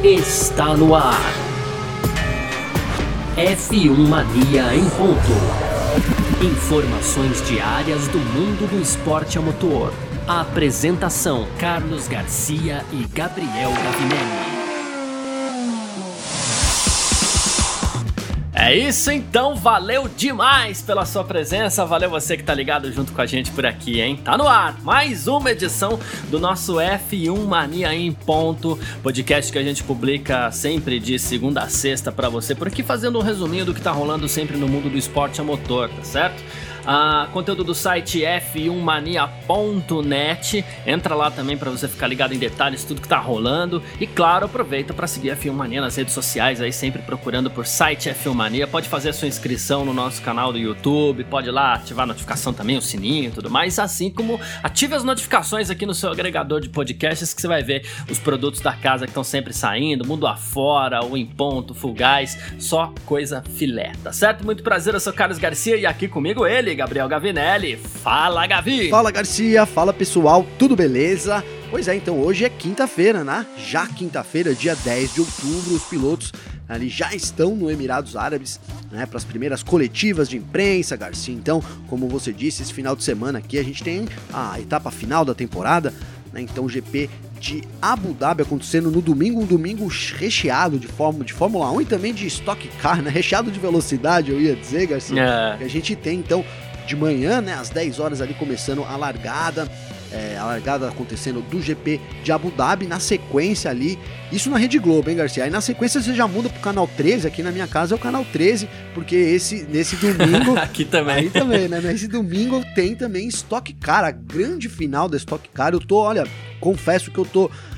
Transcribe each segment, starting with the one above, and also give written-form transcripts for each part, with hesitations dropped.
está no ar. F1 Mania em ponto. Informações diárias do mundo do esporte a motor. A apresentação: Carlos Garcia e Gabriel Gavinelli. É isso então, valeu demais pela sua presença, valeu você que tá ligado junto com a gente por aqui, hein? Tá no ar, mais uma edição do nosso F1 Mania em ponto, podcast que a gente publica sempre de segunda a sexta pra você, por aqui fazendo um resuminho do que tá rolando sempre no mundo do esporte a motor, tá certo? Conteúdo do site f1mania.net, entra lá também para você ficar ligado em detalhes, tudo que tá rolando, e claro, aproveita para seguir a F1 Mania nas redes sociais, aí sempre procurando por site F1 Mania, pode fazer a sua inscrição no nosso canal do YouTube, pode ir lá ativar a notificação também, o sininho e tudo mais, assim como ative as notificações aqui no seu agregador de podcasts que você vai ver os produtos da casa que estão sempre saindo, mundo afora, o Em Ponto, Full Guys, só coisa filé, tá certo? Muito prazer, eu sou Carlos Garcia e aqui comigo ele, Gabriel Gavinelli. Fala, Gavi! Fala, Garcia! Fala, pessoal! Tudo beleza? Pois é, então hoje é quinta-feira, né? Já quinta-feira, dia 10 de outubro, os pilotos ali já estão no Emirados Árabes, né, para as primeiras coletivas de imprensa, Garcia. Então, como você disse, esse final de semana aqui a gente tem a etapa final da temporada, né? Então o GP de Abu Dhabi acontecendo no domingo, um domingo recheado de Fórmula 1 e também de Stock Car, né? Recheado de velocidade, eu ia dizer, Garcia. A gente tem, então, de manhã, né, às 10 horas ali começando a largada acontecendo do GP de Abu Dhabi, na sequência ali, isso na Rede Globo, hein, Garcia? Aí na sequência você já muda pro canal 13, aqui na minha casa é o canal 13, porque nesse domingo... Aqui também. Aí também, né? Nesse domingo tem também Stock Car, a grande final da Stock Car. Confesso que eu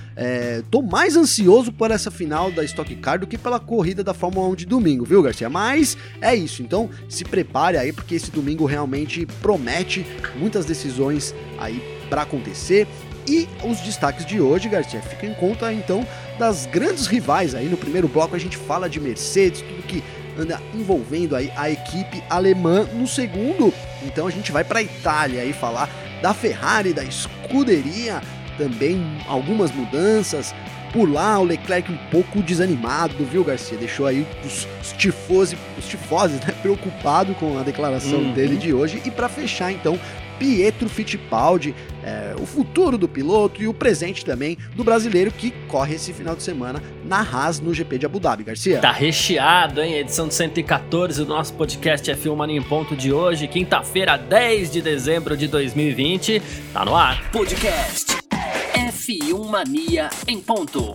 tô mais ansioso por essa final da Stock Car do que pela corrida da Fórmula 1 de domingo, viu, Garcia? Mas é isso, então se prepare aí, porque esse domingo realmente promete muitas decisões aí para acontecer. E os destaques de hoje, Garcia, fica em conta então das grandes rivais aí. No primeiro bloco a gente fala de Mercedes, tudo que anda envolvendo aí a equipe alemã. No segundo, então a gente vai para a Itália aí falar da Ferrari, da escuderia, também algumas mudanças. Por lá, o Leclerc um pouco desanimado, viu, Garcia? Deixou aí os tifosi, né, preocupado com a declaração dele de hoje. E para fechar, então, Pietro Fittipaldi, o futuro do piloto e o presente também do brasileiro que corre esse final de semana na Haas no GP de Abu Dhabi, Garcia. Tá recheado, hein? Edição de 114 do nosso podcast F1 Mania em Ponto de hoje, quinta-feira, 10 de dezembro de 2020. Tá no ar. Podcast F1 Mania em Ponto.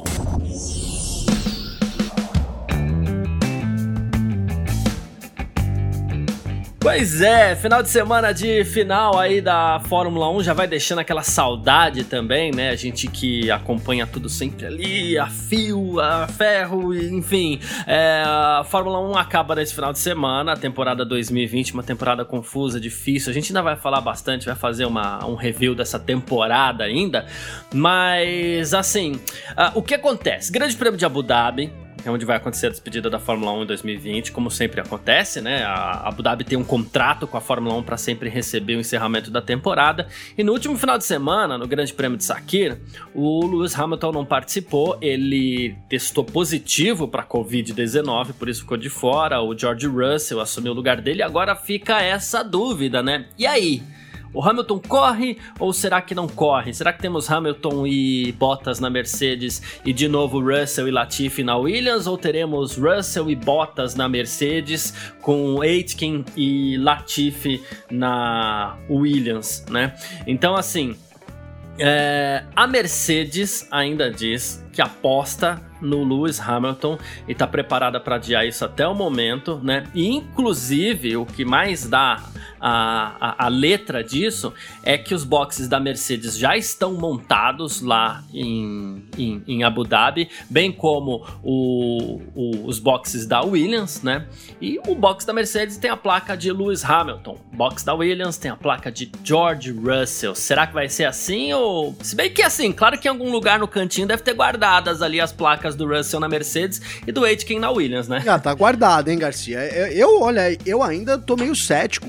Pois é, final de semana de final aí da Fórmula 1 já vai deixando aquela saudade também, né? A gente que acompanha tudo sempre ali, a fio, a ferro, enfim. A Fórmula 1 acaba nesse final de semana, a temporada 2020, uma temporada confusa, difícil. A gente ainda vai falar bastante, vai fazer um review dessa temporada ainda. Mas, assim, o que acontece? Grande Prêmio de Abu Dhabi, é onde vai acontecer a despedida da Fórmula 1 em 2020, como sempre acontece, né? A Abu Dhabi tem um contrato com a Fórmula 1 para sempre receber o encerramento da temporada, e no último final de semana, no Grande Prêmio de Sakir, o Lewis Hamilton não participou, ele testou positivo para Covid-19, por isso ficou de fora, o George Russell assumiu o lugar dele, e agora fica essa dúvida, né? E aí? O Hamilton corre ou será que não corre? Será que temos Hamilton e Bottas na Mercedes e de novo Russell e Latifi na Williams? Ou teremos Russell e Bottas na Mercedes com Aitken e Latifi na Williams, né? Então, assim, a Mercedes ainda diz que aposta no Lewis Hamilton e está preparada para adiar isso até o momento, né? E inclusive o que mais dá a letra disso é que os boxes da Mercedes já estão montados lá em Abu Dhabi, bem como os boxes da Williams, né? E o box da Mercedes tem a placa de Lewis Hamilton, o box da Williams tem a placa de George Russell. Será que vai ser assim? Ou se bem que assim, claro que em algum lugar no cantinho deve ter guardadas ali as placas do Russell na Mercedes e do Aitken na Williams, né? Tá guardado, hein, Garcia? Eu ainda tô meio cético quanto a esse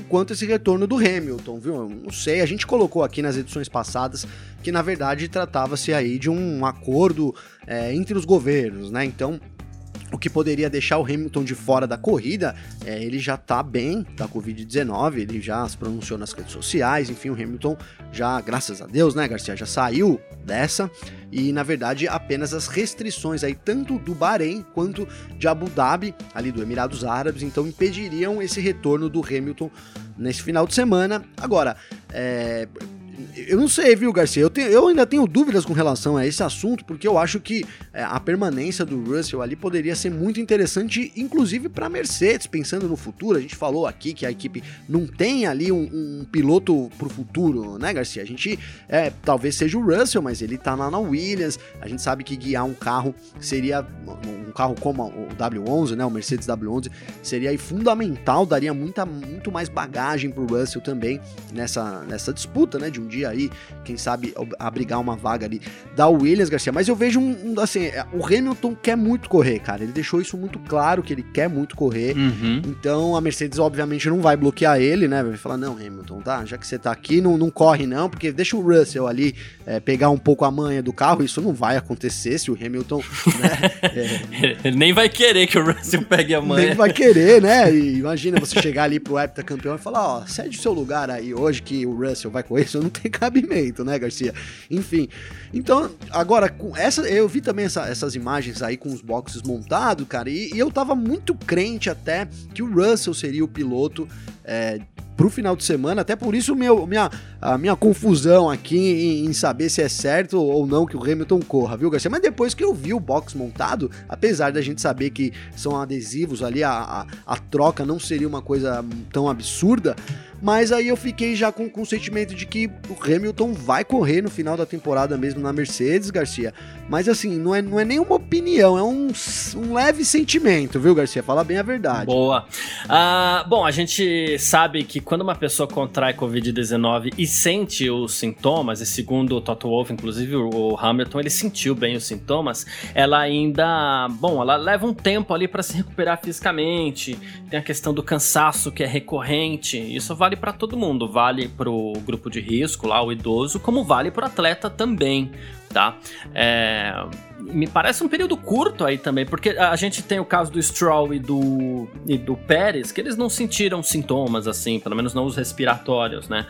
esse retorno do Hamilton, viu? Eu não sei, a gente colocou aqui nas edições passadas que na verdade tratava-se aí de um acordo entre os governos, né? Então, o que poderia deixar o Hamilton de fora da corrida, ele já tá bem da Covid-19, ele já se pronunciou nas redes sociais, enfim, o Hamilton já, graças a Deus, né, Garcia, já saiu dessa, e na verdade apenas as restrições aí, tanto do Bahrein quanto de Abu Dhabi, ali do Emirados Árabes, então impediriam esse retorno do Hamilton nesse final de semana. Agora, eu não sei, viu, Garcia? Eu ainda tenho dúvidas com relação a esse assunto, porque eu acho que a permanência do Russell ali poderia ser muito interessante, inclusive para a Mercedes, pensando no futuro. A gente falou aqui que a equipe não tem ali um piloto pro futuro, né, Garcia? A gente, talvez seja o Russell, mas ele tá lá na Williams. A gente sabe que guiar um carro seria, um carro como o W11, né, o Mercedes W11, seria aí fundamental, daria muito mais bagagem pro Russell também nessa disputa, né, de um dia aí, quem sabe, abrigar uma vaga ali da Williams, Garcia. Mas eu vejo assim, o Hamilton quer muito correr, cara, ele deixou isso muito claro, que ele quer muito correr, então a Mercedes obviamente não vai bloquear ele, né, vai falar, não, Hamilton, tá, já que você tá aqui, não corre não, porque deixa o Russell ali pegar um pouco a manha do carro, isso não vai acontecer se o Hamilton, né, ele nem vai querer que o Russell pegue a manha. Nem vai querer, né, e imagina você chegar ali pro heptacampeão e falar, ó, cede o seu lugar aí hoje que o Russell vai correr, isso não tem cabimento, né, Garcia? Enfim, então, agora, com eu vi também essas imagens aí com os boxes montados, cara, e eu tava muito crente até que o Russell seria o piloto pro final de semana, até por isso a minha confusão aqui em saber se é certo ou não que o Hamilton corra, viu, Garcia? Mas depois que eu vi o box montado, apesar da gente saber que são adesivos ali, a troca não seria uma coisa tão absurda, mas aí eu fiquei já com o sentimento de que o Hamilton vai correr no final da temporada mesmo na Mercedes, Garcia. Mas assim, não é nem uma opinião, é um leve sentimento, viu, Garcia? Fala bem a verdade. Boa. Bom, a gente sabe que quando uma pessoa contrai Covid-19 e sente os sintomas, e segundo o Toto Wolff, inclusive o Hamilton, ele sentiu bem os sintomas, ela ainda, ela leva um tempo ali para se recuperar fisicamente, tem a questão do cansaço que é recorrente, isso vale para todo mundo, vale pro grupo de risco lá, o idoso, como vale pro atleta também, tá? Me parece um período curto aí também, porque a gente tem o caso do Stroll e do Pérez, que eles não sentiram sintomas assim, pelo menos não os respiratórios, né?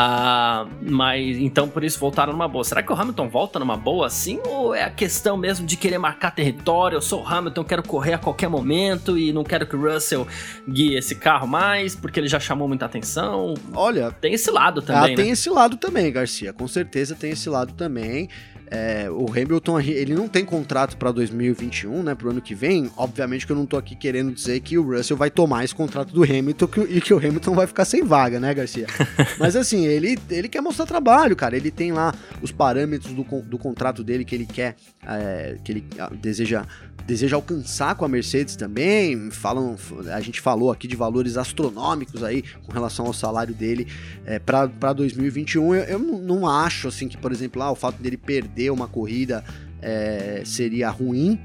Mas então por isso voltaram numa boa. Será que o Hamilton volta numa boa assim? Ou é a questão mesmo de querer marcar território? Eu sou o Hamilton, quero correr a qualquer momento e não quero que o Russell guie esse carro mais, porque ele já chamou muita atenção. Olha, tem esse lado também, né? Tem esse lado também, Garcia, com certeza tem esse lado também. O Hamilton, ele não tem contrato para 2021, né, pro ano que vem. Obviamente que eu não tô aqui querendo dizer que o Russell vai tomar esse contrato do Hamilton e que o Hamilton vai ficar sem vaga, né, Garcia? Mas assim, ele quer mostrar trabalho, cara. Ele tem lá os parâmetros do contrato dele que ele quer, que ele deseja alcançar com a Mercedes também. A gente falou aqui de valores astronômicos aí com relação ao salário dele para 2021. Eu não acho assim que, por exemplo, o fato dele perder uma corrida seria ruim,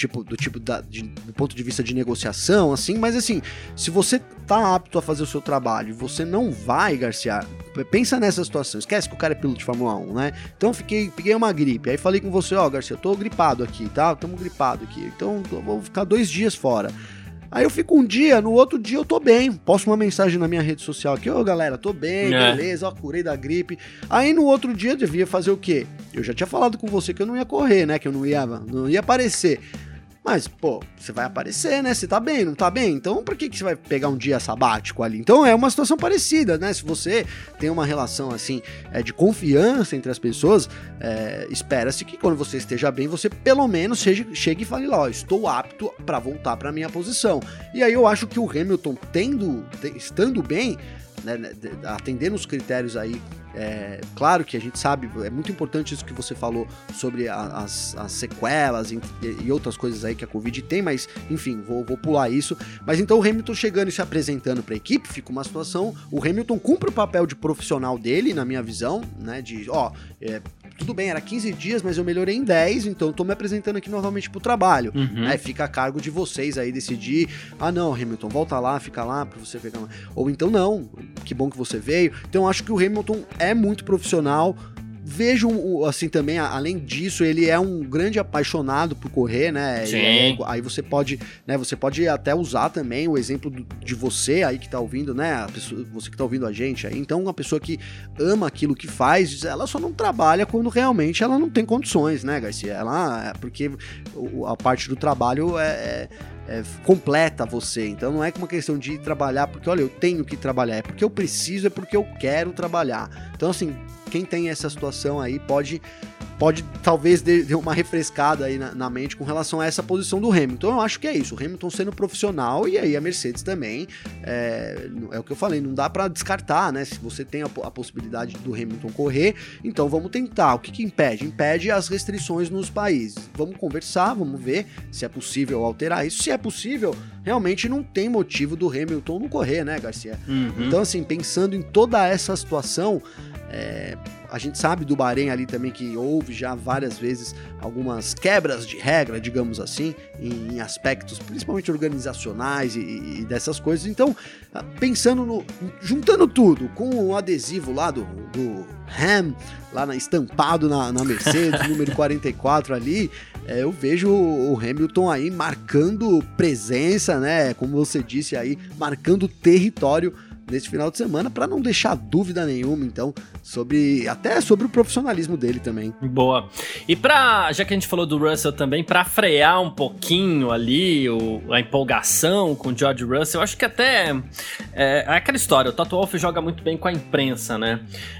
do ponto de vista de negociação, assim, mas assim, se você tá apto a fazer o seu trabalho e você não vai, Garcia, pensa nessa situação, esquece que o cara é piloto de Fórmula 1, né? Então peguei uma gripe, aí falei com você, Garcia, eu tô gripado aqui, tá? Tamo gripado aqui, então eu vou ficar 2 dias fora. Aí eu fico um dia, no outro dia eu tô bem, posto uma mensagem na minha rede social aqui, galera, tô bem, beleza, curei da gripe. Aí no outro dia eu devia fazer o quê? Eu já tinha falado com você que eu não ia correr, né, que eu não ia aparecer. Mas, você vai aparecer, né? Você tá bem, não tá bem? Então, por que você vai pegar um dia sabático ali? Então, é uma situação parecida, né? Se você tem uma relação, assim, de confiança entre as pessoas, espera-se que quando você esteja bem, você pelo menos chegue e fale lá, estou apto para voltar para minha posição. E aí eu acho que o Hamilton estando bem, né, atendendo os critérios aí Claro que a gente sabe, é muito importante isso que você falou sobre as sequelas e outras coisas aí que a Covid tem, mas enfim, vou pular isso. Mas então o Hamilton chegando e se apresentando para a equipe, fica uma situação, o Hamilton cumpre o papel de profissional dele, na minha visão, né, de, tudo bem, era 15 dias, mas eu melhorei em 10, então eu tô me apresentando aqui novamente pro trabalho. Né? Fica a cargo de vocês aí decidir, não, Hamilton, volta lá, fica lá pra você pegar. Ou então não, que bom que você veio. Então eu acho que o Hamilton é muito profissional. Vejo, assim, também, além disso, ele é um grande apaixonado por correr, né? Aí você pode até usar também o exemplo de você aí que tá ouvindo, né? Você que tá ouvindo a gente aí. Então, uma pessoa que ama aquilo que faz, ela só não trabalha quando realmente ela não tem condições, né, Garcia? Porque a parte do trabalho completa você, então não é uma questão de trabalhar porque, olha, eu tenho que trabalhar, é porque eu preciso, é porque eu quero trabalhar. Então, assim, quem tem essa situação aí pode talvez dê uma refrescada aí na mente com relação a essa posição do Hamilton. Eu acho que é isso, o Hamilton sendo profissional e aí a Mercedes também, é o que eu falei, não dá pra descartar, né? Se você tem a possibilidade do Hamilton correr, então vamos tentar. O que impede? Impede as restrições nos países. Vamos conversar, vamos ver se é possível alterar isso. Se é possível, realmente não tem motivo do Hamilton não correr, né, Garcia? Então, assim, pensando em toda essa situação, a gente sabe do Bahrein ali também que houve já várias vezes algumas quebras de regra, digamos assim, em aspectos principalmente organizacionais e dessas coisas. Então, juntando tudo com o adesivo lá do Ham, lá estampado na Mercedes, número 44 ali, eu vejo o Hamilton aí marcando presença, né, como você disse aí, marcando território nesse final de semana, para não deixar dúvida nenhuma, então, até sobre o profissionalismo dele também. Boa. E já que a gente falou do Russell também, para frear um pouquinho ali a empolgação com o George Russell, eu acho que até é aquela história, o Toto Wolff joga muito bem com a imprensa, né?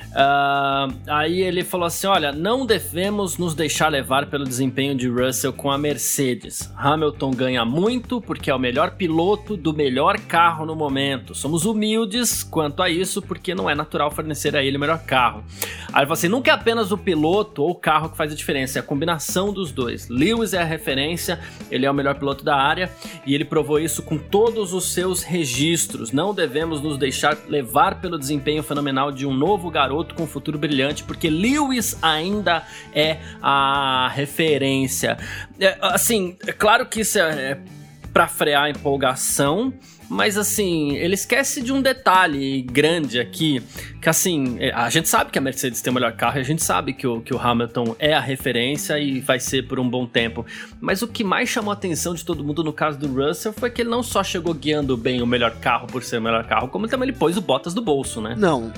Aí ele falou assim, olha, não devemos nos deixar levar pelo desempenho de Russell com a Mercedes. Hamilton ganha muito porque é o melhor piloto do melhor carro no momento. Somos humildes quanto a isso porque não é natural fornecer a ele o melhor carro. Aí ele falou assim, nunca é apenas o piloto ou o carro que faz a diferença, é a combinação dos dois. Lewis é a referência, ele é o melhor piloto da área e ele provou isso com todos os seus registros. Não devemos nos deixar levar pelo desempenho fenomenal de um novo garoto com um futuro brilhante, porque Lewis ainda é a referência. Assim, é claro que isso é pra frear a empolgação, mas assim, ele esquece de um detalhe grande aqui, que assim, a gente sabe que a Mercedes tem o melhor carro e a gente sabe que o Hamilton é a referência e vai ser por um bom tempo, mas o que mais chamou a atenção de todo mundo no caso do Russell foi que ele não só chegou guiando bem o melhor carro por ser o melhor carro, como também ele pôs o Bottas do bolso, né? Não,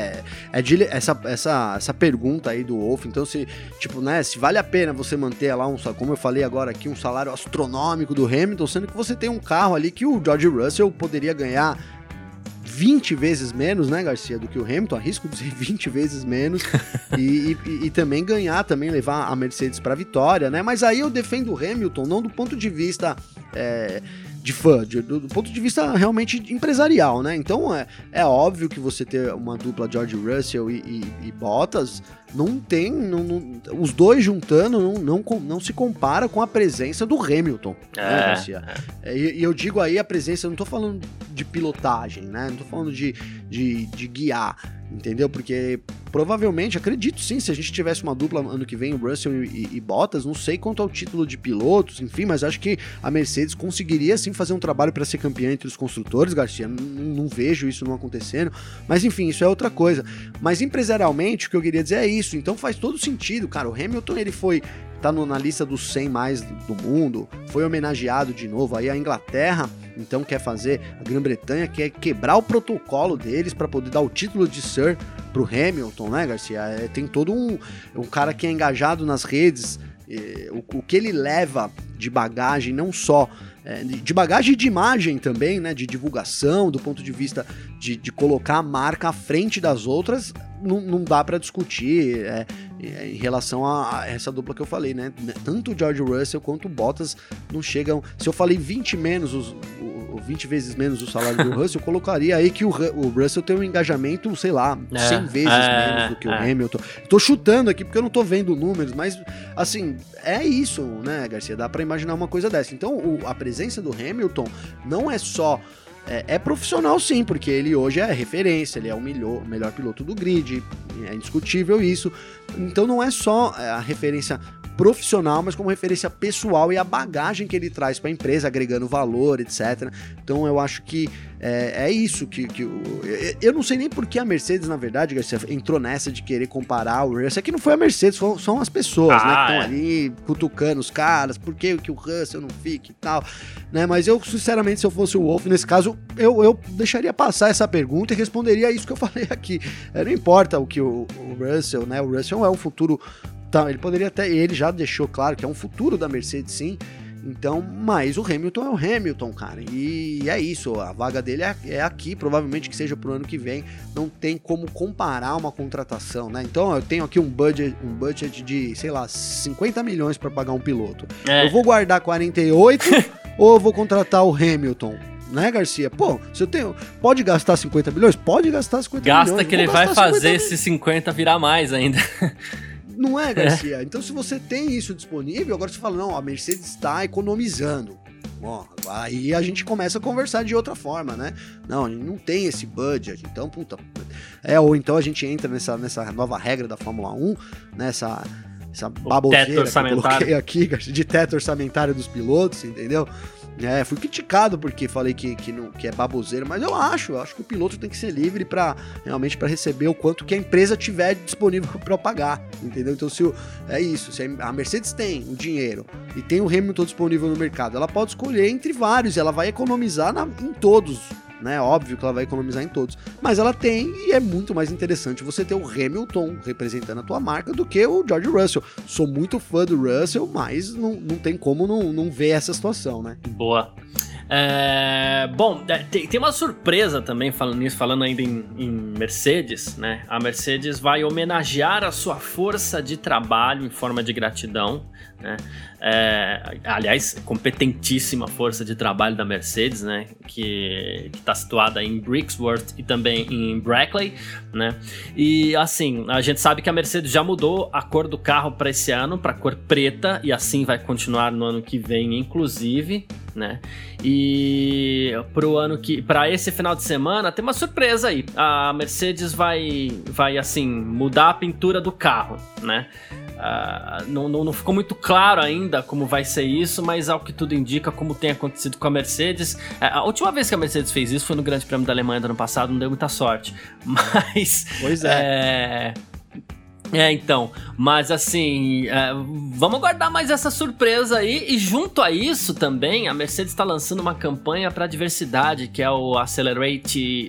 essa pergunta aí do Wolff, então se vale a pena você manter lá como eu falei agora aqui, um salário astronômico do Hamilton, sendo que você tem um carro ali que o George Russell poderia ganhar 20 vezes menos, né, Garcia, do que o Hamilton, arrisco dizer 20 vezes menos, e também levar a Mercedes para a vitória, né, mas aí eu defendo o Hamilton, não do ponto de vista de fã, do ponto de vista realmente empresarial, né, então é óbvio que você ter uma dupla George Russell e Bottas, os dois juntando não se compara com a presença do Hamilton, né, Garcia? E eu digo aí a presença, eu não tô falando de pilotagem, né? Não tô falando de guiar, entendeu? Porque provavelmente, acredito sim, se a gente tivesse uma dupla ano que vem, o Russell e Bottas, não sei quanto ao título de pilotos, enfim, mas acho que a Mercedes conseguiria sim fazer um trabalho para ser campeã entre os construtores, Garcia. Não vejo isso não acontecendo, mas enfim, isso é outra coisa. Mas empresarialmente, o que eu queria dizer é isso, então faz todo sentido, cara. O Hamilton, ele tá na lista dos 100 mais do mundo, foi homenageado de novo, aí a Inglaterra então quer fazer, a Grã-Bretanha quer quebrar o protocolo deles para poder dar o título de Sir pro Hamilton, né, Garcia? Tem todo um cara que é engajado nas redes, o que ele leva de bagagem, não só de bagagem e de imagem também, né, de divulgação, do ponto de vista de colocar a marca à frente das outras, não dá para discutir em relação a essa dupla que eu falei, né? Tanto o George Russell quanto o Bottas não chegam. Se eu falei 20 20 vezes menos o salário do Russell, eu colocaria aí que o Russell tem um engajamento, sei lá, 100 vezes menos do que o Hamilton. Tô chutando aqui porque eu não tô vendo números, mas, assim, é isso, né, Garcia? Dá pra imaginar uma coisa dessa. Então, a presença do Hamilton não é só... É profissional sim, porque ele hoje é referência, ele é o melhor piloto do grid, é indiscutível isso. Então não é só a referência profissional, mas como referência pessoal e a bagagem que ele traz para a empresa, agregando valor, etc. Então eu acho que é isso que eu não sei nem por que a Mercedes, na verdade, Garcia, entrou nessa de querer comparar o Russell. Aqui não foi a Mercedes, são as pessoas, né, que estão ali cutucando os caras, por que o Russell não fica e tal, né? Mas eu, sinceramente, se eu fosse o Wolff, nesse caso, eu deixaria passar essa pergunta e responderia isso que eu falei aqui. Não importa o que o Russell, né? O Russell é um futuro. Ele poderia até, ele já deixou claro que é um futuro da Mercedes, sim. Então, mas o Hamilton é o Hamilton, cara. E é isso, a vaga dele é aqui, provavelmente que seja pro ano que vem. Não tem como comparar uma contratação, né? Então, eu tenho aqui um budget de, sei lá, 50 milhões para pagar um piloto. Eu vou guardar 48 ou eu vou contratar o Hamilton? Né, Garcia? Pô, se eu tenho... Pode gastar 50 milhões? Pode gastar 50 milhões. Gasta que ele vai fazer esses 50 virar mais ainda. Não é, Garcia? Então, se você tem isso disponível, agora você fala, não, a Mercedes está economizando. Bom, aí a gente começa a conversar de outra forma, né? Não, a gente não tem esse budget, então, puta... ou então a gente entra nessa nova regra da Fórmula 1, nessa baboseira que eu coloquei aqui, de teto orçamentário dos pilotos, entendeu? Fui criticado porque falei que é baboseiro, mas eu acho que o piloto tem que ser livre realmente para receber o quanto que a empresa tiver disponível para pagar, entendeu? Então se a Mercedes tem o dinheiro e tem o Hamilton disponível no mercado, ela pode escolher entre vários, ela vai economizar em todos, né? Óbvio que ela vai economizar em todos, mas ela tem, e é muito mais interessante você ter o Hamilton representando a tua marca do que o George Russell. Sou muito fã do Russell, mas não tem como não ver essa situação, né? Boa. Bom, tem uma surpresa também falando ainda em Mercedes, né? A Mercedes vai homenagear a sua força de trabalho em forma de gratidão, né? Aliás, competentíssima força de trabalho da Mercedes, né? Que está situada em Brixworth e também em Brackley, né? E assim, a gente sabe que a Mercedes já mudou a cor do carro para esse ano, para cor preta, e assim vai continuar no ano que vem, inclusive, né? E para esse final de semana tem uma surpresa aí. A Mercedes vai assim mudar a pintura do carro, né? Não ficou muito claro ainda como vai ser isso, mas ao que tudo indica, como tem acontecido com a Mercedes. A última vez que a Mercedes fez isso foi no Grande Prêmio da Alemanha do ano passado, não deu muita sorte. Mas... Pois é. Então, mas assim, vamos aguardar mais essa surpresa aí, e junto a isso também, a Mercedes está lançando uma campanha para diversidade, que é o Accelerate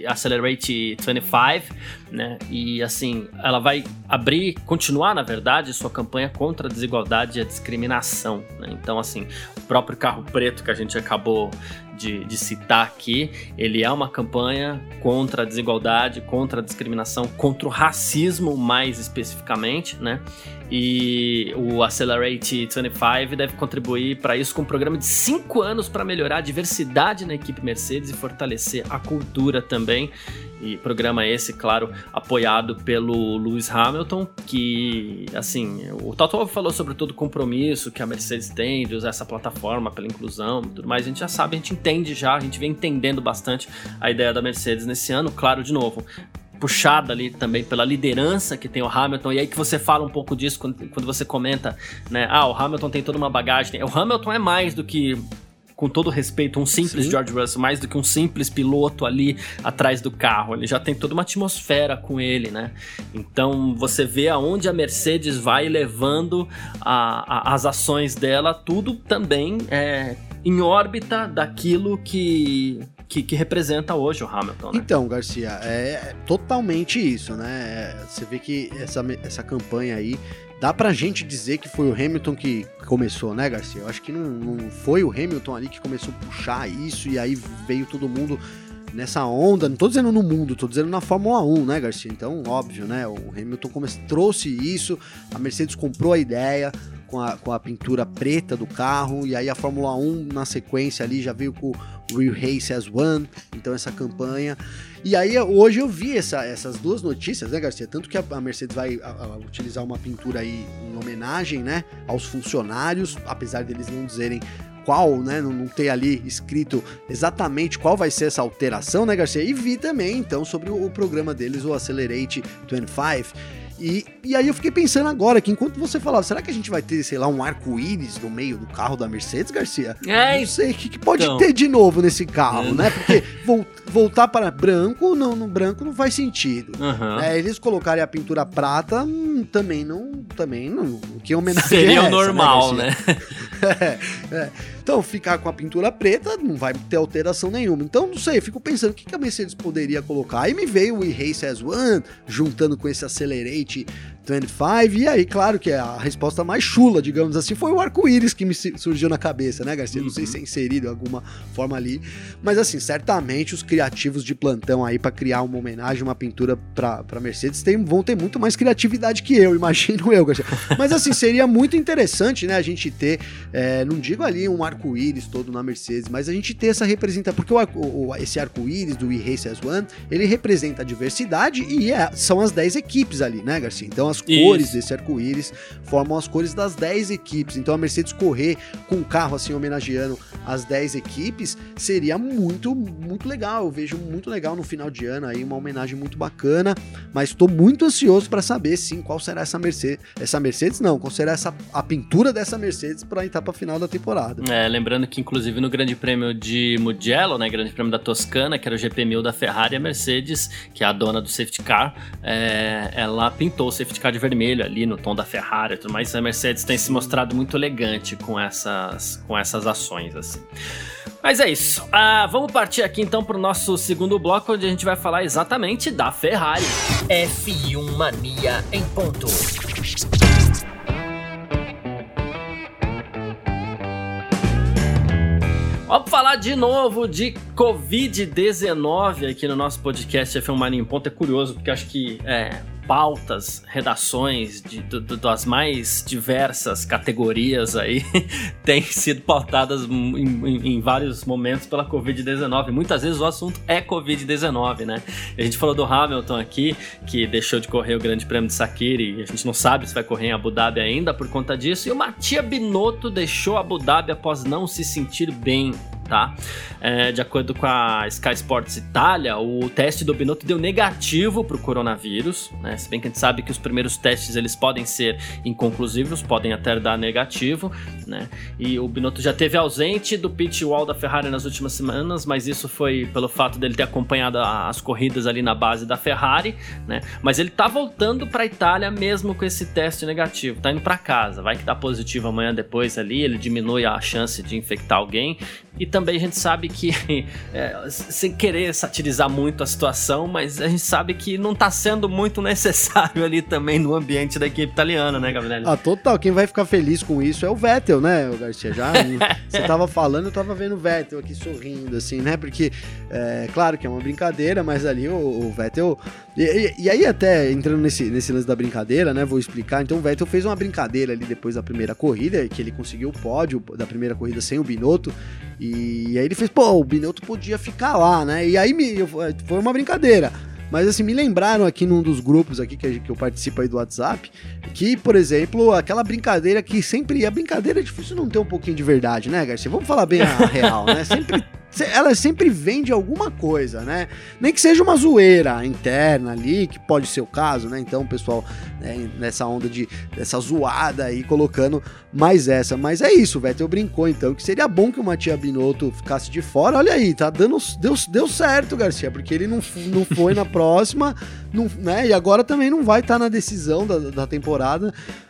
25, né, e assim, ela vai continuar, na verdade, sua campanha contra a desigualdade e a discriminação, né? Então assim, o próprio carro preto que a gente acabou de citar aqui, ele é uma campanha contra a desigualdade, contra a discriminação, contra o racismo mais especificamente, né? E o Accelerate 25 deve contribuir para isso com um programa de 5 anos para melhorar a diversidade na equipe Mercedes e fortalecer a cultura também. E programa esse, claro, apoiado pelo Lewis Hamilton, que, assim, o Toto Wolff falou sobre todo o compromisso que a Mercedes tem de usar essa plataforma pela inclusão e tudo mais. A gente já sabe, a gente entende já, a gente vem entendendo bastante a ideia da Mercedes nesse ano, claro, de novo, puxada ali também pela liderança que tem o Hamilton, e aí que você fala um pouco disso quando você comenta, né, o Hamilton tem toda uma bagagem, o Hamilton é mais do que, com todo respeito, um simples Sim. George Russell, mais do que um simples piloto ali atrás do carro, ele já tem toda uma atmosfera com ele, né? Então você vê aonde a Mercedes vai levando as ações dela, tudo também em órbita daquilo que representa hoje o Hamilton, né? Então, Garcia, é totalmente isso, né? Você vê que essa campanha aí, dá pra gente dizer que foi o Hamilton que começou, né, Garcia? Eu acho que não foi o Hamilton ali que começou a puxar isso, e aí veio todo mundo nessa onda. Não tô dizendo no mundo, tô dizendo na Fórmula 1, né, Garcia? Então, óbvio, né? O Hamilton trouxe isso, a Mercedes comprou a ideia, com a pintura preta do carro, e aí a Fórmula 1 na sequência ali já veio com o We Race as One, então essa campanha. E aí hoje eu vi essas duas notícias, né, Garcia? Tanto que a Mercedes vai utilizar uma pintura aí em homenagem, né, aos funcionários, apesar deles não dizerem qual, né, não ter ali escrito exatamente qual vai ser essa alteração, né, Garcia? E vi também, então, sobre o programa deles, o Accelerate 25. E aí eu fiquei pensando agora, que enquanto você falava, será que a gente vai ter, sei lá, um arco-íris no meio do carro da Mercedes, Garcia? Não sei, o que pode ter de novo nesse carro, né? Porque voltar para branco, no branco não faz sentido. Uhum. Eles colocarem a pintura prata, também não, que homenagem seria essa, o normal, né? Então, ficar com a pintura preta não vai ter alteração nenhuma. Então, não sei, eu fico pensando o que a Mercedes poderia colocar. Aí me veio o We Race as One, juntando com esse Accelerate 25, e aí, claro que a resposta mais chula, digamos assim, foi o arco-íris que me surgiu na cabeça, né, Garcia? Não sei se é inserido de alguma forma ali, mas assim, certamente os criativos de plantão aí pra criar uma homenagem, uma pintura pra Mercedes vão ter muito mais criatividade que eu, imagino eu, Garcia. Mas assim, seria muito interessante, né, a gente ter, não digo ali um arco-íris todo na Mercedes, mas a gente ter essa representação, porque esse arco-íris do We Race as One, ele representa a diversidade e são as 10 equipes ali, né, Garcia? Então as cores desse arco-íris formam as cores das 10 equipes. Então a Mercedes correr com um carro assim homenageando as 10 equipes seria muito, muito legal. Eu vejo muito legal no final de ano aí, uma homenagem muito bacana, mas estou muito ansioso para saber sim qual será essa Mercedes não, qual será a pintura dessa Mercedes para entrar para a final da temporada. Lembrando que inclusive no Grande Prêmio de Mugello, né, Grande Prêmio da Toscana, que era o GP1000 da Ferrari, a Mercedes, que é a dona do safety car, ela pintou o safety car de vermelho ali no tom da Ferrari e tudo mais. A Mercedes tem se mostrado muito elegante com essas ações, assim. Mas é isso. Vamos partir aqui então para o nosso segundo bloco, onde a gente vai falar exatamente da Ferrari. F1 Mania em ponto. Vamos falar de novo de Covid-19 aqui no nosso podcast F1 Mania em Ponto. É curioso, porque acho que pautas, redações das mais diversas categorias aí têm sido pautadas em vários momentos pela Covid-19. Muitas vezes o assunto é Covid-19, né? A gente falou do Hamilton aqui, que deixou de correr o Grande Prêmio de Sakhir, e a gente não sabe se vai correr em Abu Dhabi ainda por conta disso. E o Mattia Binotto deixou Abu Dhabi após não se sentir bem, tá? De acordo com a Sky Sports Itália, o teste do Binotto deu negativo para o coronavírus, né? Se bem que a gente sabe que os primeiros testes eles podem ser inconclusivos, podem até dar negativo, né? E o Binotto já esteve ausente do pit wall da Ferrari nas últimas semanas, mas isso foi pelo fato dele ter acompanhado as corridas ali na base da Ferrari, né? Mas ele tá voltando para a Itália mesmo com esse teste negativo, tá indo para casa, vai que dá positivo amanhã depois ali, ele diminui a chance de infectar alguém. E também a gente sabe que, sem querer satirizar muito a situação, mas a gente sabe que não tá sendo muito necessário ali também no ambiente da equipe italiana, né, Gabriel? Total. Quem vai ficar feliz com isso é o Vettel, né, o Garcia? Já você tava falando, eu tava vendo o Vettel aqui sorrindo, assim, né? Porque, claro que é uma brincadeira, mas ali o Vettel... E aí até, entrando nesse lance da brincadeira, né, vou explicar. Então o Vettel fez uma brincadeira ali depois da primeira corrida, que ele conseguiu o pódio da primeira corrida sem o Binotto. E aí ele fez, o Binotto podia ficar lá, né? E aí foi uma brincadeira. Mas assim, me lembraram aqui num dos grupos aqui que eu participo aí do WhatsApp, que, por exemplo, aquela brincadeira que sempre... A brincadeira é difícil não ter um pouquinho de verdade, né, Garcia? Vamos falar bem a real, né? Ela sempre vem de alguma coisa, né? Nem que seja uma zoeira interna ali, que pode ser o caso, né? Então, pessoal, nessa onda dessa zoada aí, colocando mais essa. Mas é isso, o Vettel brincou, então, que seria bom que o Mattia Binotto ficasse de fora. Olha aí, tá dando... Deu certo, Garcia, porque ele não foi na próxima, né? E agora também não vai estar na decisão da temporada.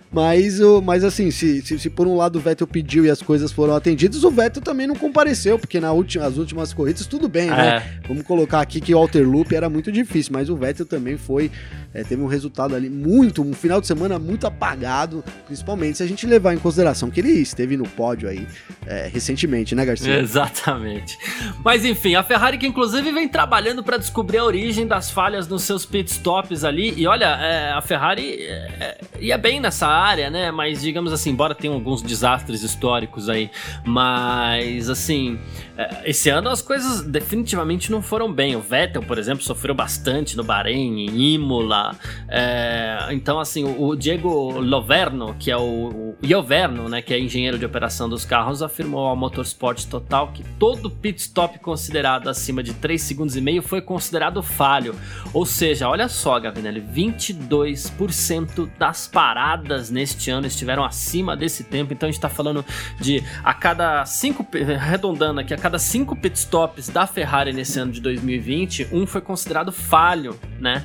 Mas assim, se por um lado o Vettel pediu e as coisas foram atendidas, o Vettel também não compareceu, porque as últimas corridas tudo bem, né? Vamos colocar aqui que o Walter Loop era muito difícil, mas o Vettel também teve um resultado ali um final de semana muito apagado, principalmente se a gente levar em consideração que ele esteve no pódio aí recentemente, né, Garcia? Exatamente. Mas enfim, a Ferrari que inclusive vem trabalhando para descobrir a origem das falhas nos seus pitstops ali, e olha, a Ferrari ia bem nessa área, né, mas digamos assim, embora tenha alguns desastres históricos aí, mas assim, esse ano as coisas definitivamente não foram bem. O Vettel, por exemplo, sofreu bastante no Bahrein, em Imola, então assim, o Diego Lloverno, que é o Ioverno, né, que é engenheiro de operação dos carros, afirmou ao Motorsport Total que todo pit stop considerado acima de 3 segundos e meio foi considerado falho. Ou seja, olha só, Gavinelli, 22% das paradas neste ano estiveram acima desse tempo. Então a gente está falando de arredondando aqui, a cada 5 pit stops da Ferrari nesse ano de 2020, um foi considerado falho, né?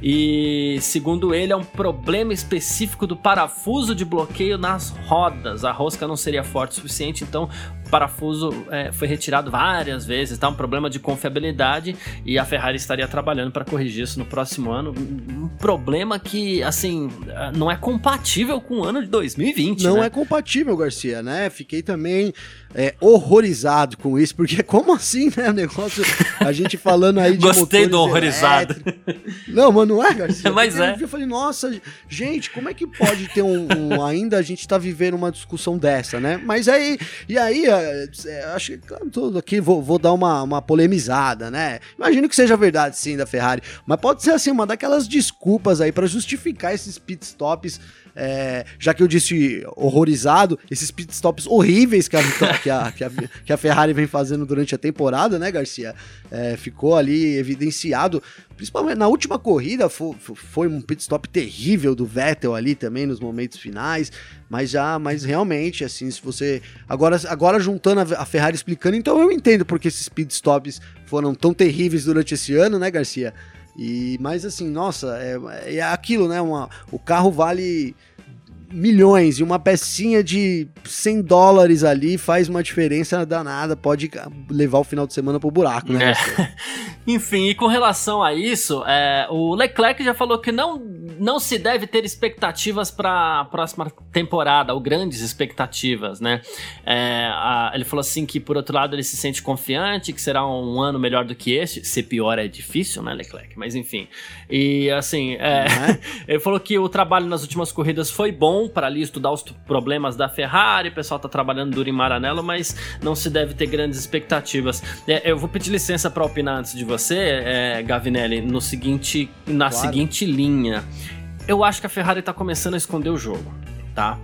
E segundo ele, é um problema específico do parafuso de bloqueio nas rodas. A rosca não seria forte o suficiente, então o parafuso foi retirado várias vezes, tá? Um problema de confiabilidade, e a Ferrari estaria trabalhando para corrigir isso no próximo ano. Um problema que, assim, não é compatível com o ano de 2020, Não né? é compatível, Garcia, né? Fiquei também horrorizado com isso, porque como assim, né? O negócio, a gente falando aí de Gostei do motores horrorizado. Não, mas não é, Garcia? Mas Eu falei, nossa, gente, como é que pode ter ainda a gente tá vivendo uma discussão dessa, né? Mas aí, acho que tudo aqui vou dar uma polemizada, né? Imagino que seja verdade, sim, da Ferrari, mas pode ser assim, uma daquelas desculpas aí pra justificar esses pitstops, já que eu disse horrorizado, esses pitstops horríveis que a Ferrari vem fazendo durante a temporada, né, Garcia? Ficou ali evidenciado, principalmente na última corrida, foi um pitstop terrível do Vettel ali também nos momentos finais, mas realmente, assim, se você... Agora juntando a Ferrari explicando, então eu entendo porque esses pitstops foram tão terríveis durante esse ano, né, Garcia? Mas assim, nossa, é aquilo, né? O carro vale milhões e uma pecinha de $100 ali faz uma diferença danada, pode levar o final de semana pro buraco, né? Enfim, e com relação a isso, o Leclerc já falou que não se deve ter expectativas para a próxima temporada, ou grandes expectativas, né? Ele falou assim que, por outro lado, ele se sente confiante, que será um ano melhor do que este. Ser pior é difícil, né, Leclerc? Mas enfim. E assim, ele falou que o trabalho nas últimas corridas foi bom para ali estudar os problemas da Ferrari, o pessoal tá trabalhando duro em Maranello, mas não se deve ter grandes expectativas. Eu vou pedir licença para opinar antes de você, Gavinelli, na seguinte linha. Eu acho que a Ferrari tá começando a esconder o jogo, tá?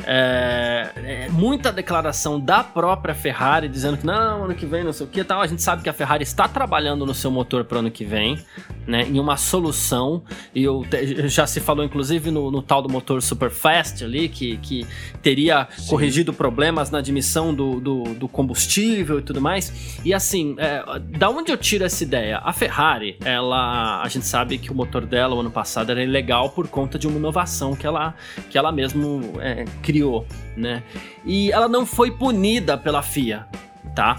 Muita declaração da própria Ferrari dizendo que não, ano que vem não sei o que tal. A gente sabe que a Ferrari está trabalhando no seu motor para o ano que vem, né, em uma solução, e já se falou inclusive no tal do motor Superfast ali, que teria corrigido problemas na admissão do combustível e tudo mais. E assim, da onde eu tiro essa ideia? A Ferrari, a gente sabe que o motor dela o ano passado era ilegal por conta de uma inovação que ela mesmo criou, né? E ela não foi punida pela FIA, tá?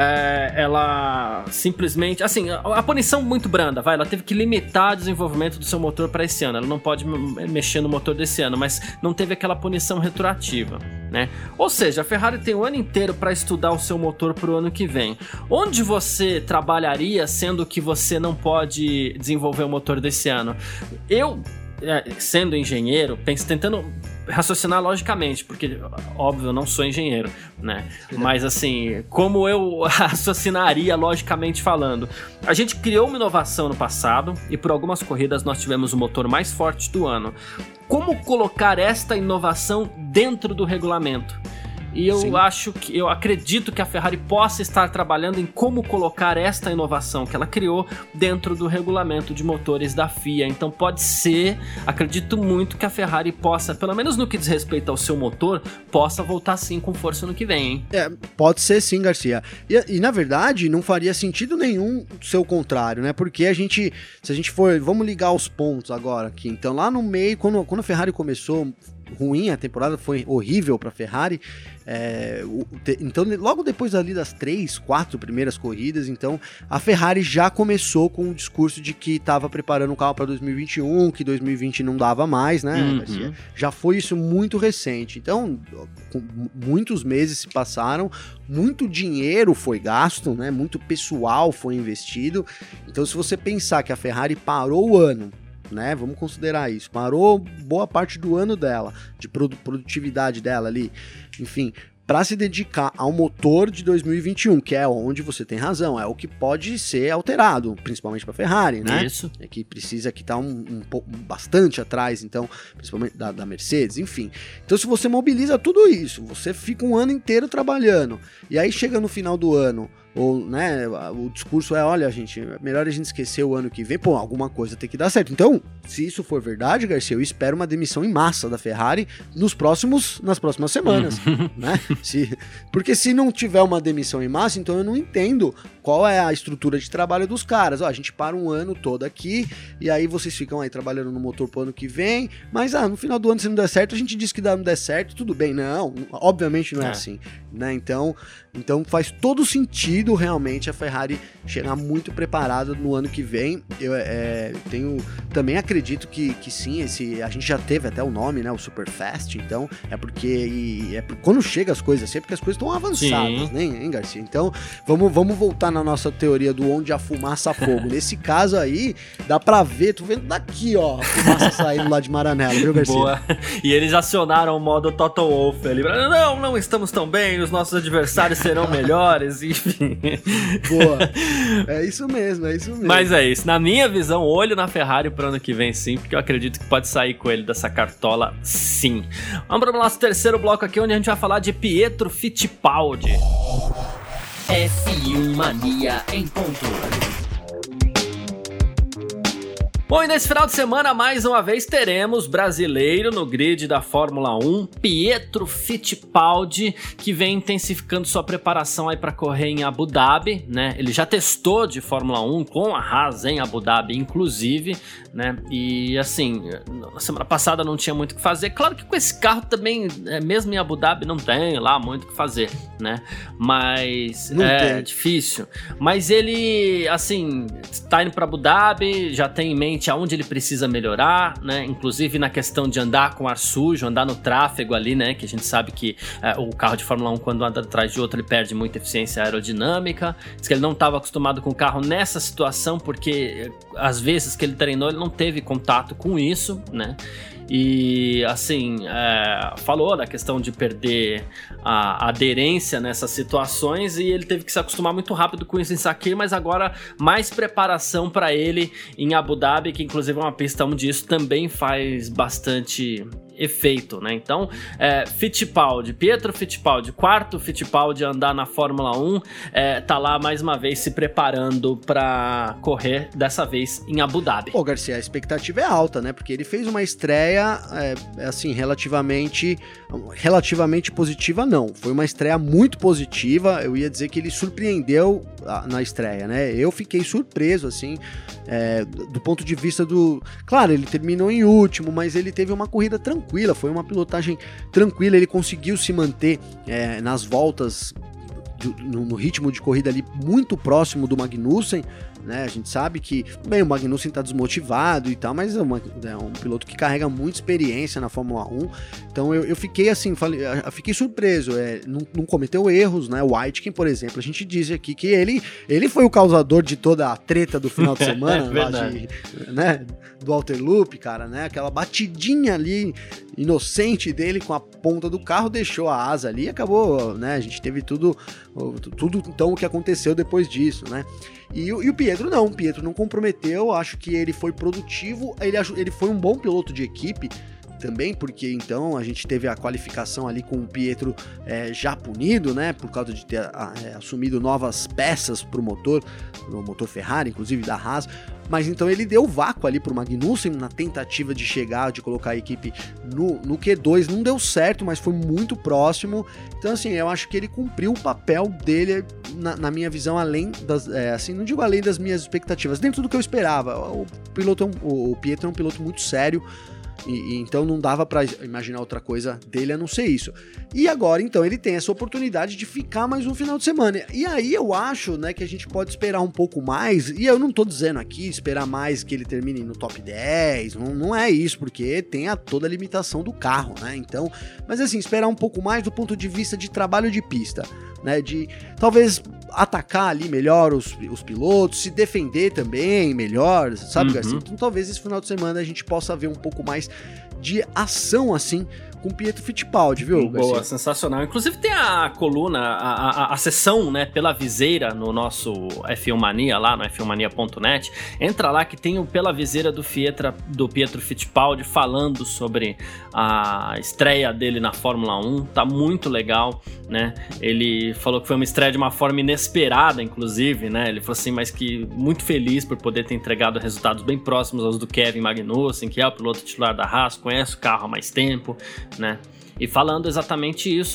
Ela simplesmente, assim, a punição muito branda, ela teve que limitar o desenvolvimento do seu motor para esse ano. Ela não pode mexer no motor desse ano, mas não teve aquela punição retroativa, né? Ou seja, a Ferrari tem o ano inteiro para estudar o seu motor para o ano que vem. Onde você trabalharia sendo que você não pode desenvolver o motor desse ano? Eu, sendo engenheiro, tentando raciocinar logicamente, porque, óbvio, eu não sou engenheiro, né? Mas, assim, como eu raciocinaria logicamente falando? A gente criou uma inovação no passado e por algumas corridas nós tivemos o motor mais forte do ano. Como colocar esta inovação dentro do regulamento? E eu acredito que a Ferrari possa estar trabalhando em como colocar esta inovação que ela criou dentro do regulamento de motores da FIA. Então pode ser, acredito muito que a Ferrari possa, pelo menos no que diz respeito ao seu motor, possa voltar sim com força no que vem, hein? Pode ser sim, Garcia. E na verdade não faria sentido nenhum ser o contrário, né? Porque se a gente for, vamos ligar os pontos agora aqui. Então lá no meio, quando a Ferrari começou ruim, a temporada foi horrível para a Ferrari. Então, logo depois ali das 3, 4 primeiras corridas, então a Ferrari já começou com o discurso de que estava preparando o carro para 2021, que 2020 não dava mais, né, Garcia? Já foi isso muito recente. Então, muitos meses se passaram, muito dinheiro foi gasto, né? Muito pessoal foi investido. Então, se você pensar que a Ferrari parou o ano, né? Vamos considerar isso. Parou boa parte do ano dela, de produtividade dela ali, enfim, para se dedicar ao motor de 2021, que é onde você tem razão, é o que pode ser alterado, principalmente para a Ferrari, né? Isso. É que precisa que tá um pouco bastante atrás, então, principalmente da Mercedes, enfim. Então, se você mobiliza tudo isso, você fica um ano inteiro trabalhando, e aí chega no final do ano, ou, né, o discurso é, olha, gente, melhor a gente esquecer o ano que vem, pô, alguma coisa tem que dar certo. Então, se isso for verdade, Garcia, eu espero uma demissão em massa da Ferrari nas próximas semanas, né? Porque se não tiver uma demissão em massa, então eu não entendo qual é a estrutura de trabalho dos caras. Ó, a gente para um ano todo aqui, e aí vocês ficam aí trabalhando no motor pro ano que vem, mas no final do ano, se não der certo, a gente diz que não der certo, tudo bem. Não, obviamente não é assim, né? Então faz todo sentido realmente a Ferrari chegar muito preparada no ano que vem. Eu também acredito que sim, a gente já teve até o nome, né, o Superfast, então quando chega as coisas assim, é porque as coisas estão avançadas, né, hein, Garcia? Então vamos voltar na nossa teoria do onde a fumaça fogo. Nesse caso aí, dá pra ver, tô vendo daqui, ó, a fumaça saindo lá de Maranello, viu, Garcia? Boa. E eles acionaram o modo Toto Wolff ali, não estamos tão bem, os nossos adversários serão melhores, enfim. Boa. É isso mesmo. Mas é isso. Na minha visão, olho na Ferrari pro ano que vem, sim, porque eu acredito que pode sair com ele dessa cartola, sim. Vamos para o nosso terceiro bloco aqui, onde a gente vai falar de Pietro Fittipaldi. F1 Mania em ponto. Bom, e nesse final de semana, mais uma vez, teremos brasileiro no grid da Fórmula 1, Pietro Fittipaldi, que vem intensificando sua preparação aí para correr em Abu Dhabi, né? Ele já testou de Fórmula 1 com a Haas em Abu Dhabi, inclusive, né? E assim, na semana passada não tinha muito o que fazer. Claro que com esse carro também, mesmo em Abu Dhabi, não tem lá muito o que fazer, né? Mas é difícil. Mas ele, assim, tá indo para Abu Dhabi, já tem em mente aonde ele precisa melhorar, né? Inclusive na questão de andar com ar sujo, andar no tráfego ali, né? Que a gente sabe que o carro de Fórmula 1, quando anda atrás de outro, ele perde muita eficiência aerodinâmica. Diz que ele não estava acostumado com o carro nessa situação, porque às vezes que ele treinou, ele não teve contato com isso, né? E assim, falou da questão de perder a aderência nessas situações, e ele teve que se acostumar muito rápido com isso em Sakhir, mas agora mais preparação para ele em Abu Dhabi, que inclusive é uma pista onde isso também faz bastante efeito, né? Então, Pietro Fittipaldi, quarto Fittipaldi a andar na Fórmula 1, tá lá mais uma vez se preparando para correr, dessa vez em Abu Dhabi. Pô, Garcia, a expectativa é alta, né? Porque ele fez uma estreia, assim, relativamente positiva, não. Foi uma estreia muito positiva, eu ia dizer que ele surpreendeu na estreia, né? Eu fiquei surpreso, assim, do ponto de vista do... Claro, ele terminou em último, mas ele teve uma corrida tranquila, foi uma pilotagem tranquila, ele conseguiu se manter nas voltas no ritmo de corrida ali muito próximo do Magnussen, né? A gente sabe que, bem, o Magnussen tá desmotivado e tal, mas é um piloto que carrega muita experiência na Fórmula 1, então eu fiquei assim, fiquei surpreso, não cometeu erros, né? O Aitken, por exemplo, a gente diz aqui que ele foi o causador de toda a treta do final de semana, né? Do Walter Loop, cara, né? Aquela batidinha ali, inocente dele com a ponta do carro, deixou a asa ali e acabou, né? A gente teve tudo então o que aconteceu depois disso, né? E o Pietro não comprometeu, acho que ele foi produtivo, ele foi um bom piloto de equipe também, porque então a gente teve a qualificação ali com o Pietro já punido, né, por causa de ter assumido novas peças pro motor, no motor Ferrari, inclusive da Haas, mas então ele deu vácuo ali pro Magnussen na tentativa de chegar, de colocar a equipe no Q2, não deu certo, mas foi muito próximo, então assim, eu acho que ele cumpriu o papel dele, na minha visão, além das, assim, não digo além das minhas expectativas, dentro do que eu esperava. O Pietro é um piloto muito sério, E então não dava pra imaginar outra coisa dele a não ser isso. E agora, então, ele tem essa oportunidade de ficar mais um final de semana. E aí eu acho, né, que a gente pode esperar um pouco mais, e eu não tô dizendo aqui esperar mais que ele termine no top 10, não é isso, porque tem toda a limitação do carro, né? Então, mas assim, esperar um pouco mais do ponto de vista de trabalho de pista, né? De talvez atacar ali melhor os pilotos, se defender também melhor, sabe, Garcia? Então talvez esse final de semana a gente possa ver um pouco mais de ação, assim, com o Pietro Fittipaldi, viu, Garcia? Boa, sensacional. Inclusive tem a coluna, a sessão, né, pela viseira no nosso F1 Mania, lá no f1mania.net. Entra lá que tem o Pela Viseira do Pietro Fittipaldi falando sobre a estreia dele na Fórmula 1. Tá muito legal, né? Ele falou que foi uma estreia de uma forma inesperada, inclusive, né? Ele falou assim, mas que muito feliz por poder ter entregado resultados bem próximos aos do Kevin Magnussen, que é o piloto titular da Haas, conhece o carro há mais tempo, né? E falando exatamente isso,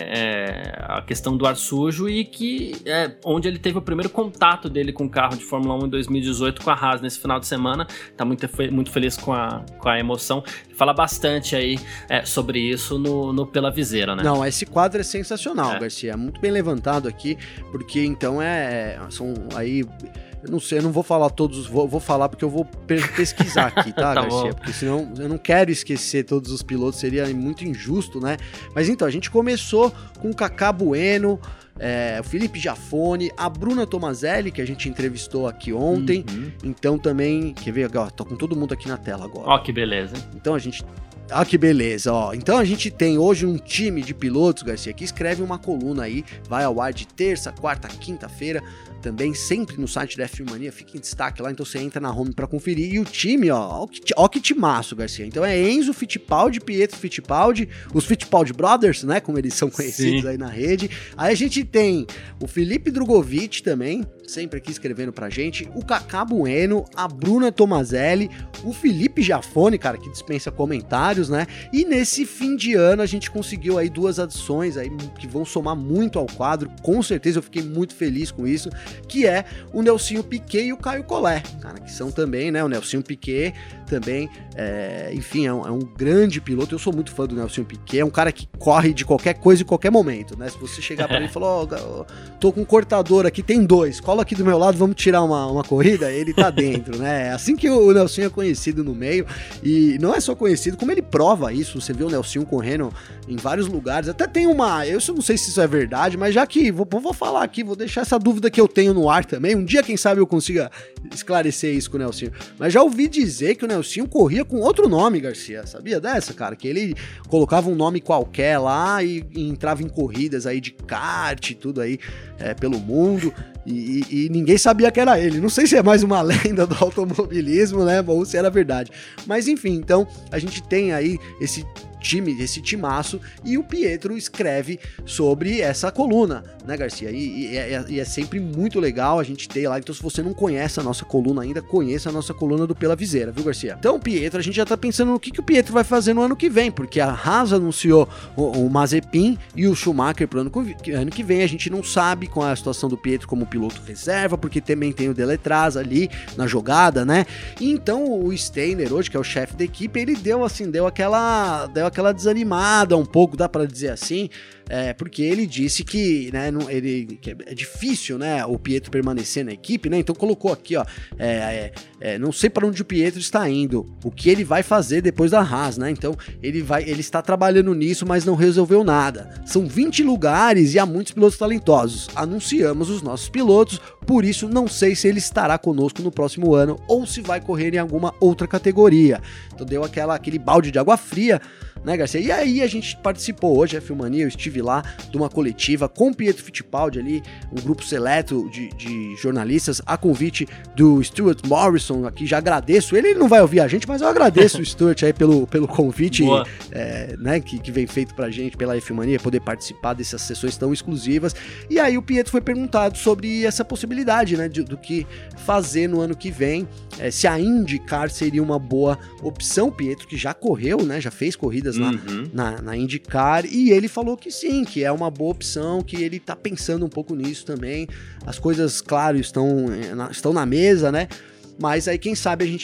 né? A questão do ar sujo e que onde ele teve o primeiro contato dele com o carro de Fórmula 1 em 2018 com a Haas nesse final de semana. Tá muito feliz com a emoção. Fala bastante aí sobre isso no Pela Viseira, né? Não, esse quadro é sensacional, Garcia. É muito bem levantado aqui, porque então são aí... Eu não sei, eu não vou falar todos, vou falar porque eu vou pesquisar aqui, tá, Tá Garcia? bom. Porque senão eu não quero esquecer todos os pilotos, seria muito injusto, né? Mas então, a gente começou com o Kaká Bueno, o Felipe Giafone, a Bruna Tomazelli, que a gente entrevistou aqui ontem. Então também, quer ver? Ó, tô com todo mundo aqui na tela agora. Ó, que beleza, hein? Então a gente... Ah, que beleza, ó. Então a gente tem hoje um time de pilotos, Garcia, que escreve uma coluna aí, vai ao ar de terça, quarta, quinta-feira, também sempre no site da F1 Mania, fica em destaque lá, então você entra na home pra conferir. E o time, ó que timaço, Garcia. Então é Enzo Fittipaldi, Pietro Fittipaldi, os Fittipaldi Brothers, né, como eles são conhecidos Sim. aí na rede. Aí a gente tem o Felipe Drogovic também, sempre aqui escrevendo pra gente, o Kaká Bueno, a Bruna Tomazelli, o Felipe Giafone, cara, que dispensa comentários, né? E nesse fim de ano a gente conseguiu aí 2 adições aí que vão somar muito ao quadro, com certeza eu fiquei muito feliz com isso, que é o Nelsinho Piquet e o Caio Collet, cara, que são também, né, o Nelsinho Piquet também, enfim, é um grande piloto, eu sou muito fã do Nelsinho Piquet, é um cara que corre de qualquer coisa em qualquer momento, né? Se você chegar pra ele e falar, tô com um cortador aqui, tem 2, cola aqui do meu lado, vamos tirar uma corrida, ele tá dentro, né? É assim que o Nelsinho é conhecido no meio, e não é só conhecido, como ele prova isso, você vê o Nelsinho correndo em vários lugares, até tem eu não sei se isso é verdade, mas já que, vou falar aqui, vou deixar essa dúvida que eu tenho no ar também, um dia quem sabe eu consiga esclarecer isso com o Nelsinho, mas já ouvi dizer que o Nelsinho corria com outro nome, Garcia, sabia dessa, cara? Que ele colocava um nome qualquer lá e entrava em corridas aí de kart e tudo aí pelo mundo, e ninguém sabia que era ele. Não sei se é mais uma lenda do automobilismo, né, ou se era verdade. Mas enfim, então a gente tem aí esse timaço, e o Pietro escreve sobre essa coluna, né, Garcia? E é sempre muito legal a gente ter lá. Então, se você não conhece a nossa coluna ainda, conheça a nossa coluna do Pela Viseira, viu, Garcia? Então, Pietro, a gente já tá pensando no que o Pietro vai fazer no ano que vem, porque a Haas anunciou o Mazepin e o Schumacher pro ano que vem. A gente não sabe qual é a situação do Pietro como piloto reserva, porque também tem o Deletraz ali na jogada, né? E então, o Steiner, hoje, que é o chefe da equipe, ele deu aquela desanimada um pouco, dá pra dizer assim, porque ele disse que, né, que é difícil, né, o Pietro permanecer na equipe, né, então colocou aqui, ó, não sei para onde o Pietro está indo, o que ele vai fazer depois da Haas, né, então ele está trabalhando nisso, mas não resolveu nada, são 20 lugares e há muitos pilotos talentosos, anunciamos os nossos pilotos, por isso não sei se ele estará conosco no próximo ano ou se vai correr em alguma outra categoria, então deu aquele balde de água fria, né, Garcia? E aí a gente participou hoje, a F1 Mania, eu estive lá de uma coletiva com o Pietro Fittipaldi ali, um grupo seleto de jornalistas, a convite do Stuart Morrison, aqui já agradeço, ele não vai ouvir a gente, mas eu agradeço o Stuart aí pelo convite, né, que vem feito pra gente pela F1 Mania, poder participar dessas sessões tão exclusivas, e aí o Pietro foi perguntado sobre essa possibilidade, né, do que fazer no ano que vem, se a IndyCar seria uma boa opção. Pietro, que já correu, né, já fez corridas na IndyCar, e ele falou que sim, que é uma boa opção, que ele tá pensando um pouco nisso também, as coisas, claro, estão na mesa, né, mas aí quem sabe a gente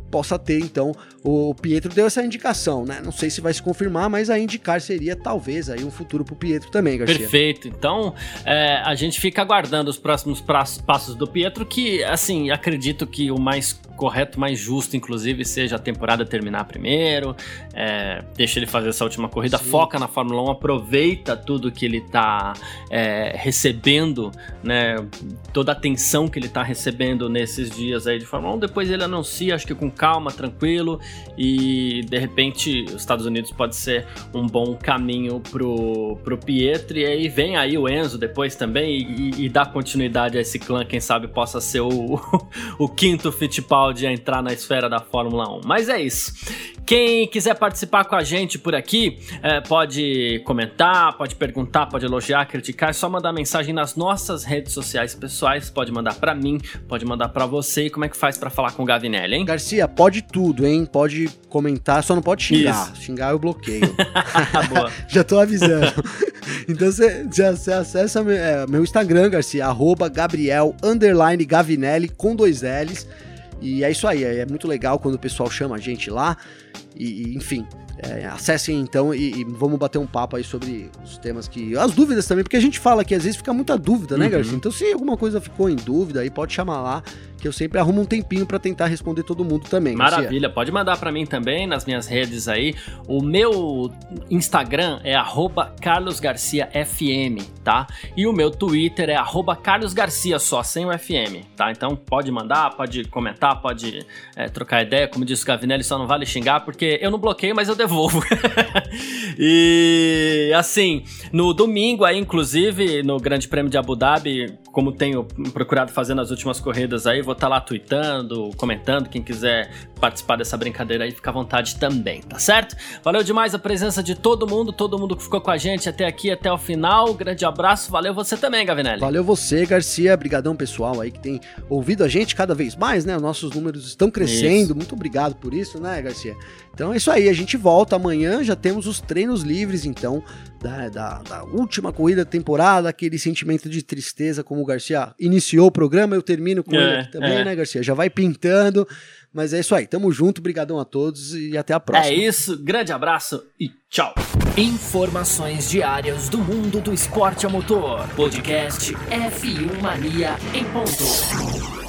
possa ter, então, o Pietro deu essa indicação, né? Não sei se vai se confirmar, mas a indicar seria talvez aí um futuro pro Pietro também, Garcia. Perfeito. Então, a gente fica aguardando os próximos passos do Pietro, que, assim, acredito que o mais correto, mais justo, inclusive, seja a temporada terminar primeiro, deixa ele fazer essa última corrida, sim, foca na Fórmula 1, aproveita tudo que ele tá recebendo, né, toda a atenção que ele tá recebendo nesses dias aí de Fórmula 1, depois ele anuncia, acho que com calma, tranquilo, e de repente os Estados Unidos pode ser um bom caminho pro Pietro, e aí vem aí o Enzo depois também e dá continuidade a esse clã, quem sabe possa ser o quinto Fittipaldi a entrar na esfera da Fórmula 1. Mas é isso. Quem quiser participar com a gente por aqui, pode comentar, pode perguntar, pode elogiar, criticar, é só mandar mensagem nas nossas redes sociais pessoais, pode mandar pra mim, pode mandar pra você. E como é que faz pra falar com o Gavinelli, hein? Garcia, pode tudo, hein? Pode comentar, só não pode xingar. Isso. Xingar eu bloqueio. Boa. Já tô avisando. Então você acessa meu Instagram, Garcia, @Gabriel_Gavinelli com 2 L's. E é isso aí, é muito legal quando o pessoal chama a gente lá, e enfim, acessem então e vamos bater um papo aí sobre os temas as dúvidas também, porque a gente fala que às vezes fica muita dúvida, né, Garcia? Então se alguma coisa ficou em dúvida aí, pode chamar lá, que eu sempre arrumo um tempinho pra tentar responder todo mundo também. Maravilha, Garcia. Pode mandar pra mim também nas minhas redes aí. O meu Instagram é @CarlosGarciaFM, tá? E o meu Twitter é @CarlosGarcia, só sem o FM, tá? Então pode mandar, pode comentar, pode trocar ideia. Como disse o Gavinelli, só não vale xingar, porque eu não bloqueio, mas eu devolvo. E assim, no domingo aí, inclusive, no Grande Prêmio de Abu Dhabi, como tenho procurado fazer nas últimas corridas aí, vou estar lá tweetando, comentando. Quem quiser participar dessa brincadeira aí, fica à vontade também, tá certo? Valeu demais a presença de todo mundo que ficou com a gente até aqui, até o final. Grande abraço, valeu você também, Gavinelli. Valeu você, Garcia, brigadão pessoal aí que tem ouvido a gente cada vez mais, né? Os nossos números estão crescendo, muito obrigado por isso, né, Garcia? Então é isso aí, a gente volta amanhã, já temos os treinos livres, então, da última corrida da temporada, aquele sentimento de tristeza, como o Garcia iniciou o programa, eu termino com ele aqui também, né, Garcia? Já vai pintando, mas é isso aí, tamo junto, brigadão a todos e até a próxima. É isso, grande abraço e tchau. Informações diárias do mundo do esporte a motor. Podcast F1 Mania em ponto.